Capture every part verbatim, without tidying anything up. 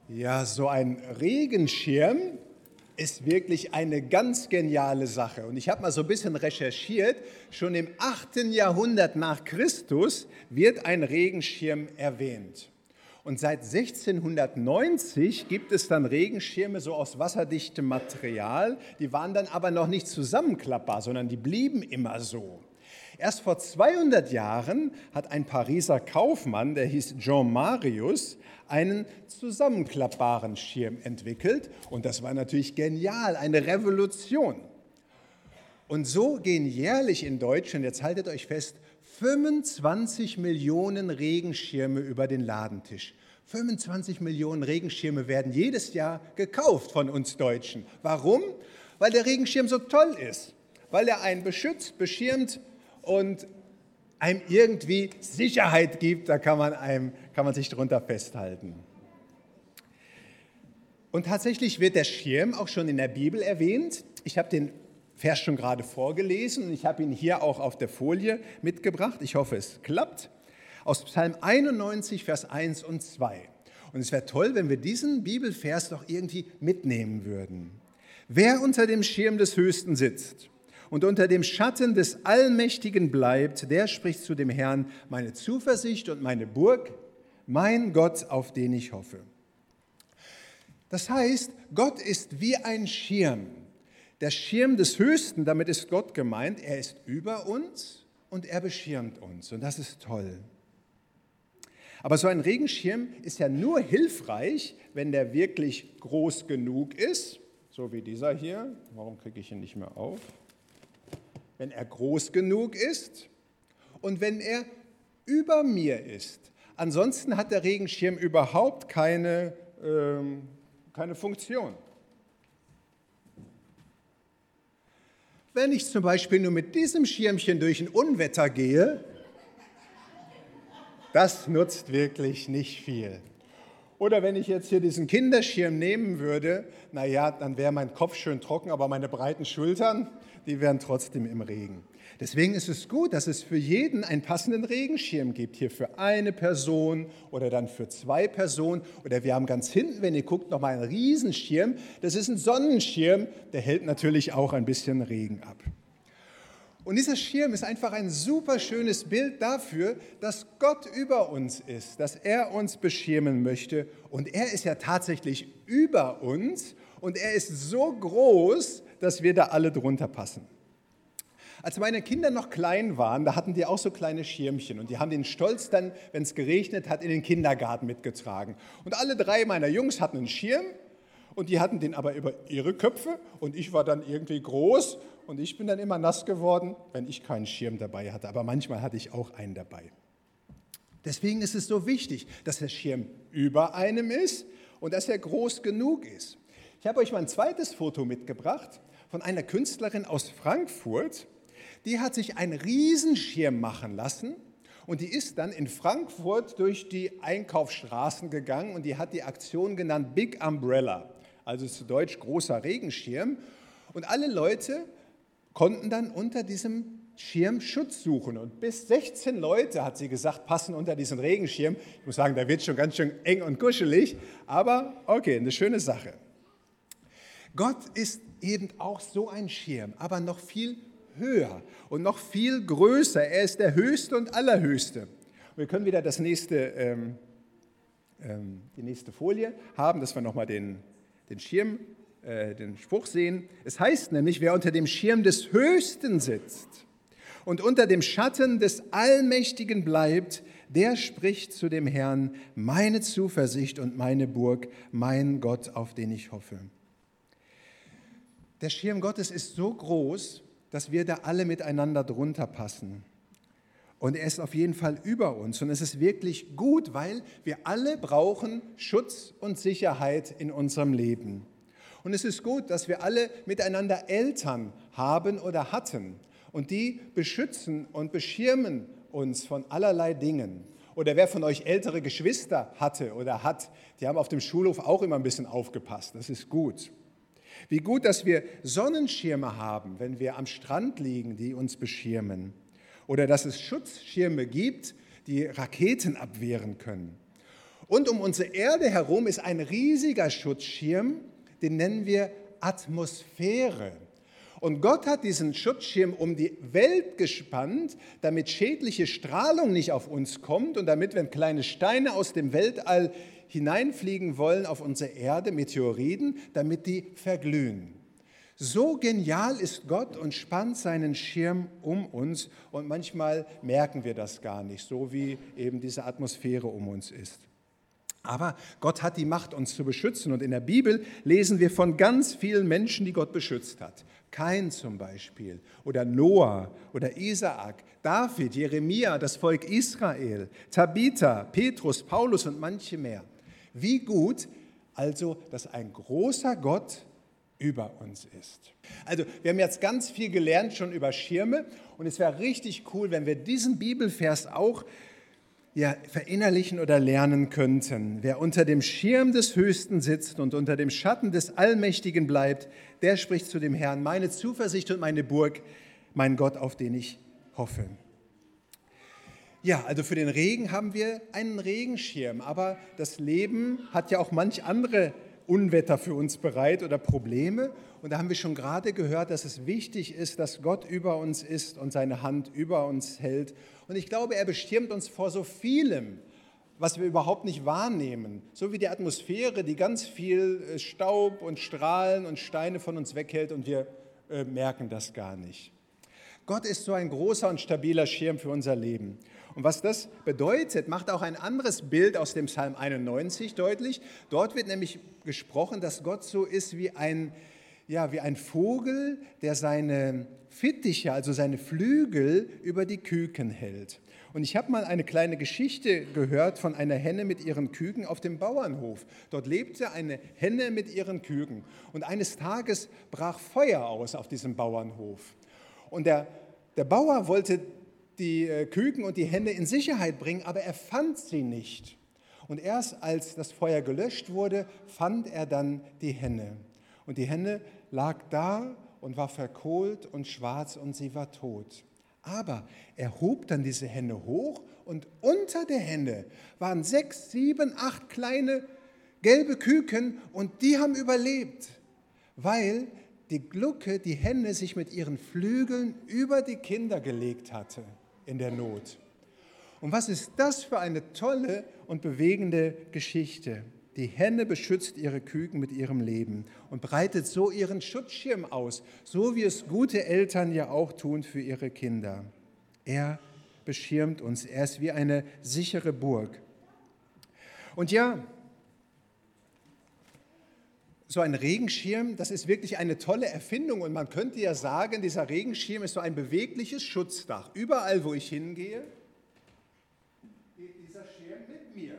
Ja, so ein Regenschirm ist wirklich eine ganz geniale Sache. Und ich habe mal so ein bisschen recherchiert. Schon im achten Jahrhundert nach Christus wird ein Regenschirm erwähnt. Und seit sechzehnhundertneunzig gibt es dann Regenschirme so aus wasserdichtem Material. Die waren dann aber noch nicht zusammenklappbar, sondern die blieben immer so. Erst vor zweihundert Jahren hat ein Pariser Kaufmann, der hieß Jean Marius, einen zusammenklappbaren Schirm entwickelt. Und das war natürlich genial, eine Revolution. Und so gehen jährlich in Deutschland, jetzt haltet euch fest, fünfundzwanzig Millionen Regenschirme über den Ladentisch. fünfundzwanzig Millionen Regenschirme werden jedes Jahr gekauft von uns Deutschen. Warum? Weil der Regenschirm so toll ist, weil er einen beschützt, beschirmt und einem irgendwie Sicherheit gibt, da kann man, einem, kann man sich drunter festhalten. Und tatsächlich wird der Schirm auch schon in der Bibel erwähnt. Ich habe den Vers schon gerade vorgelesen und ich habe ihn hier auch auf der Folie mitgebracht. Ich hoffe, es klappt. Aus Psalm einundneunzig, Vers eins und zwei. Und es wäre toll, wenn wir diesen Bibelvers doch irgendwie mitnehmen würden. Wer unter dem Schirm des Höchsten sitzt und unter dem Schatten des Allmächtigen bleibt, der spricht zu dem Herrn, meine Zuversicht und meine Burg, mein Gott, auf den ich hoffe. Das heißt, Gott ist wie ein Schirm. Der Schirm des Höchsten, damit ist Gott gemeint, er ist über uns und er beschirmt uns. Und das ist toll. Aber so ein Regenschirm ist ja nur hilfreich, wenn der wirklich groß genug ist, so wie dieser hier. Warum kriege ich ihn nicht mehr auf? Wenn er groß genug ist und wenn er über mir ist. Ansonsten hat der Regenschirm überhaupt keine, ähm, keine Funktion. Wenn ich zum Beispiel nur mit diesem Schirmchen durch ein Unwetter gehe, das nutzt wirklich nicht viel. Oder wenn ich jetzt hier diesen Kinderschirm nehmen würde, naja, dann wäre mein Kopf schön trocken, aber meine breiten Schultern, die wären trotzdem im Regen. Deswegen ist es gut, dass es für jeden einen passenden Regenschirm gibt. Hier für eine Person oder dann für zwei Personen. Oder wir haben ganz hinten, wenn ihr guckt, nochmal einen Riesenschirm. Das ist ein Sonnenschirm, der hält natürlich auch ein bisschen Regen ab. Und dieser Schirm ist einfach ein super schönes Bild dafür, dass Gott über uns ist, dass er uns beschirmen möchte. Und er ist ja tatsächlich über uns und er ist so groß, dass wir da alle drunter passen. Als meine Kinder noch klein waren, da hatten die auch so kleine Schirmchen und die haben den stolz dann, wenn es geregnet hat, in den Kindergarten mitgetragen. Und alle drei meiner Jungs hatten einen Schirm und die hatten den aber über ihre Köpfe und ich war dann irgendwie groß und ich bin dann immer nass geworden, wenn ich keinen Schirm dabei hatte. Aber manchmal hatte ich auch einen dabei. Deswegen ist es so wichtig, dass der Schirm über einem ist und dass er groß genug ist. Ich habe euch mal ein zweites Foto mitgebracht von einer Künstlerin aus Frankfurt. Die hat sich einen Riesenschirm machen lassen und die ist dann in Frankfurt durch die Einkaufsstraßen gegangen und die hat die Aktion genannt Big Umbrella, also zu Deutsch großer Regenschirm. Und alle Leute konnten dann unter diesem Schirm Schutz suchen. Und bis sechzehn Leute, hat sie gesagt, passen unter diesen Regenschirm. Ich muss sagen, da wird schon ganz schön eng und kuschelig, aber okay, eine schöne Sache. Gott ist eben auch so ein Schirm, aber noch viel höher und noch viel größer. Er ist der Höchste und Allerhöchste. Und wir können wieder das nächste, ähm, ähm, die nächste Folie haben, dass wir nochmal den, den Schirm, äh, den Spruch sehen. Es heißt nämlich, wer unter dem Schirm des Höchsten sitzt und unter dem Schatten des Allmächtigen bleibt, der spricht zu dem Herrn, meine Zuversicht und meine Burg, mein Gott, auf den ich hoffe. Der Schirm Gottes ist so groß, dass wir da alle miteinander drunter passen. Und er ist auf jeden Fall über uns. Und es ist wirklich gut, weil wir alle brauchen Schutz und Sicherheit in unserem Leben. Und es ist gut, dass wir alle miteinander Eltern haben oder hatten. Und die beschützen und beschirmen uns von allerlei Dingen. Oder wer von euch ältere Geschwister hatte oder hat, die haben auf dem Schulhof auch immer ein bisschen aufgepasst. Das ist gut. Wie gut, dass wir Sonnenschirme haben, wenn wir am Strand liegen, die uns beschirmen. Oder dass es Schutzschirme gibt, die Raketen abwehren können. Und um unsere Erde herum ist ein riesiger Schutzschirm, den nennen wir Atmosphäre. Und Gott hat diesen Schutzschirm um die Welt gespannt, damit schädliche Strahlung nicht auf uns kommt und damit, wenn kleine Steine aus dem Weltall hineinfliegen wollen auf unsere Erde, Meteoriten, damit die verglühen. So genial ist Gott und spannt seinen Schirm um uns und manchmal merken wir das gar nicht, so wie eben diese Atmosphäre um uns ist. Aber Gott hat die Macht, uns zu beschützen und in der Bibel lesen wir von ganz vielen Menschen, die Gott beschützt hat. Kain zum Beispiel oder Noah oder Isaak, David, Jeremia, das Volk Israel, Tabitha, Petrus, Paulus und manche mehr. Wie gut also, dass ein großer Gott über uns ist. Also wir haben jetzt ganz viel gelernt schon über Schirme und es wäre richtig cool, wenn wir diesen Bibelvers auch ja, verinnerlichen oder lernen könnten. Wer unter dem Schirm des Höchsten sitzt und unter dem Schatten des Allmächtigen bleibt, der spricht zu dem Herrn, meine Zuversicht und meine Burg, mein Gott, auf den ich hoffe. Ja, also für den Regen haben wir einen Regenschirm, aber das Leben hat ja auch manch andere Unwetter für uns bereit oder Probleme. Und da haben wir schon gerade gehört, dass es wichtig ist, dass Gott über uns ist und seine Hand über uns hält. Und ich glaube, er beschirmt uns vor so vielem, was wir überhaupt nicht wahrnehmen. So wie die Atmosphäre, die ganz viel Staub und Strahlen und Steine von uns weghält und wir äh, merken das gar nicht. Gott ist so ein großer und stabiler Schirm für unser Leben. Und was das bedeutet, macht auch ein anderes Bild aus dem Psalm einundneunzig deutlich. Dort wird nämlich gesprochen, dass Gott so ist wie ein, ja, wie ein Vogel, der seine Fittiche, also seine Flügel über die Küken hält. Und ich habe mal eine kleine Geschichte gehört von einer Henne mit ihren Küken auf dem Bauernhof. Dort lebte eine Henne mit ihren Küken. Und eines Tages brach Feuer aus auf diesem Bauernhof. Und der, der Bauer wollte die Küken und die Henne in Sicherheit bringen, aber er fand sie nicht. Und erst als das Feuer gelöscht wurde, fand er dann die Henne. Und die Henne lag da und war verkohlt und schwarz und sie war tot. Aber er hob dann diese Henne hoch und unter der Henne waren sechs, sieben, acht kleine gelbe Küken und die haben überlebt, weil die Glucke, die Henne, sich mit ihren Flügeln über die Kinder gelegt hatte in der Not. Und was ist das für eine tolle und bewegende Geschichte? Die Henne beschützt ihre Küken mit ihrem Leben und breitet so ihren Schutzschirm aus, so wie es gute Eltern ja auch tun für ihre Kinder. Er beschirmt uns, er ist wie eine sichere Burg. Und ja, so ein Regenschirm, das ist wirklich eine tolle Erfindung und man könnte ja sagen, dieser Regenschirm ist so ein bewegliches Schutzdach. Überall, wo ich hingehe, geht dieser Schirm mit mir.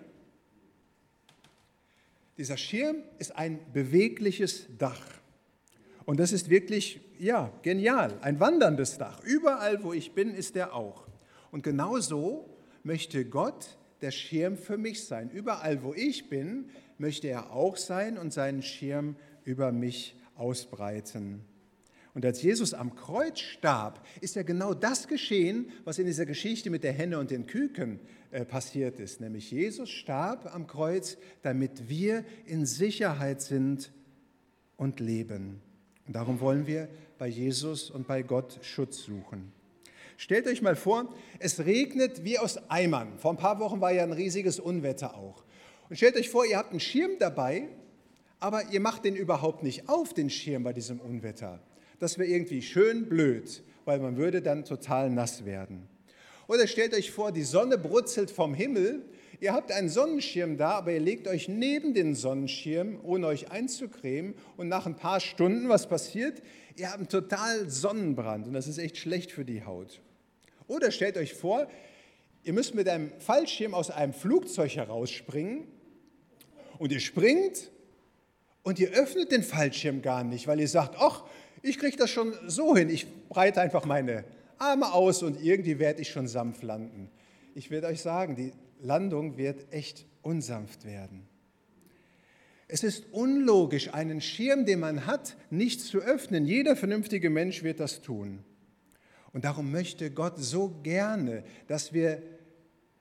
Dieser Schirm ist ein bewegliches Dach und das ist wirklich, ja, genial, ein wanderndes Dach. Überall, wo ich bin, ist er auch. Und genauso möchte Gott der Schirm für mich sein. Überall, wo ich bin, möchte er auch sein und seinen Schirm über mich ausbreiten. Und als Jesus am Kreuz starb, ist ja genau das geschehen, was in dieser Geschichte mit der Henne und den Küken äh, passiert ist. Nämlich Jesus starb am Kreuz, damit wir in Sicherheit sind und leben. Und darum wollen wir bei Jesus und bei Gott Schutz suchen. Stellt euch mal vor, es regnet wie aus Eimern. Vor ein paar Wochen war ja ein riesiges Unwetter auch. Und stellt euch vor, ihr habt einen Schirm dabei, aber ihr macht den überhaupt nicht auf, den Schirm bei diesem Unwetter. Das wäre irgendwie schön blöd, weil man würde dann total nass werden. Oder stellt euch vor, die Sonne brutzelt vom Himmel, ihr habt einen Sonnenschirm da, aber ihr legt euch neben den Sonnenschirm, ohne euch einzucremen und nach ein paar Stunden, was passiert? Ihr habt einen total Sonnenbrand und das ist echt schlecht für die Haut. Oder stellt euch vor, ihr müsst mit einem Fallschirm aus einem Flugzeug herausspringen und ihr springt und ihr öffnet den Fallschirm gar nicht, weil ihr sagt, ach, ich kriege das schon so hin, ich breite einfach meine Arme aus und irgendwie werde ich schon sanft landen. Ich werde euch sagen, die Landung wird echt unsanft werden. Es ist unlogisch, einen Schirm, den man hat, nicht zu öffnen. Jeder vernünftige Mensch wird das tun. Und darum möchte Gott so gerne, dass wir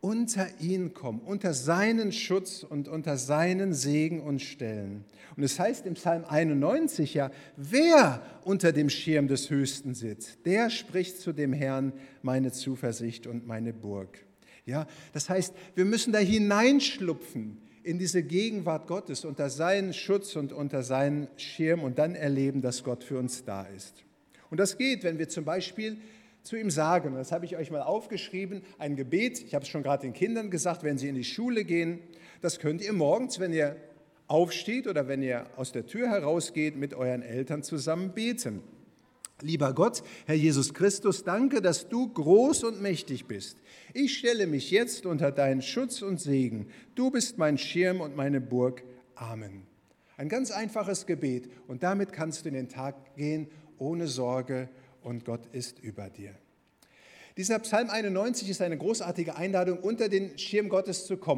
unter ihn kommen, unter seinen Schutz und unter seinen Segen uns stellen. Und es heißt im Psalm einundneunzig ja, wer unter dem Schirm des Höchsten sitzt, der spricht zu dem Herrn, meine Zuversicht und meine Burg. Ja, das heißt, wir müssen da hineinschlupfen in diese Gegenwart Gottes, unter seinen Schutz und unter seinen Schirm und dann erleben, dass Gott für uns da ist. Und das geht, wenn wir zum Beispiel zu ihm sagen, das habe ich euch mal aufgeschrieben, ein Gebet, ich habe es schon gerade den Kindern gesagt, wenn sie in die Schule gehen, das könnt ihr morgens, wenn ihr aufsteht oder wenn ihr aus der Tür herausgeht, mit euren Eltern zusammen beten. Lieber Gott, Herr Jesus Christus, danke, dass du groß und mächtig bist. Ich stelle mich jetzt unter deinen Schutz und Segen. Du bist mein Schirm und meine Burg. Amen. Ein ganz einfaches Gebet und damit kannst du in den Tag gehen, ohne Sorge, und Gott ist über dir. Dieser Psalm einundneunzig ist eine großartige Einladung, unter den Schirm Gottes zu kommen.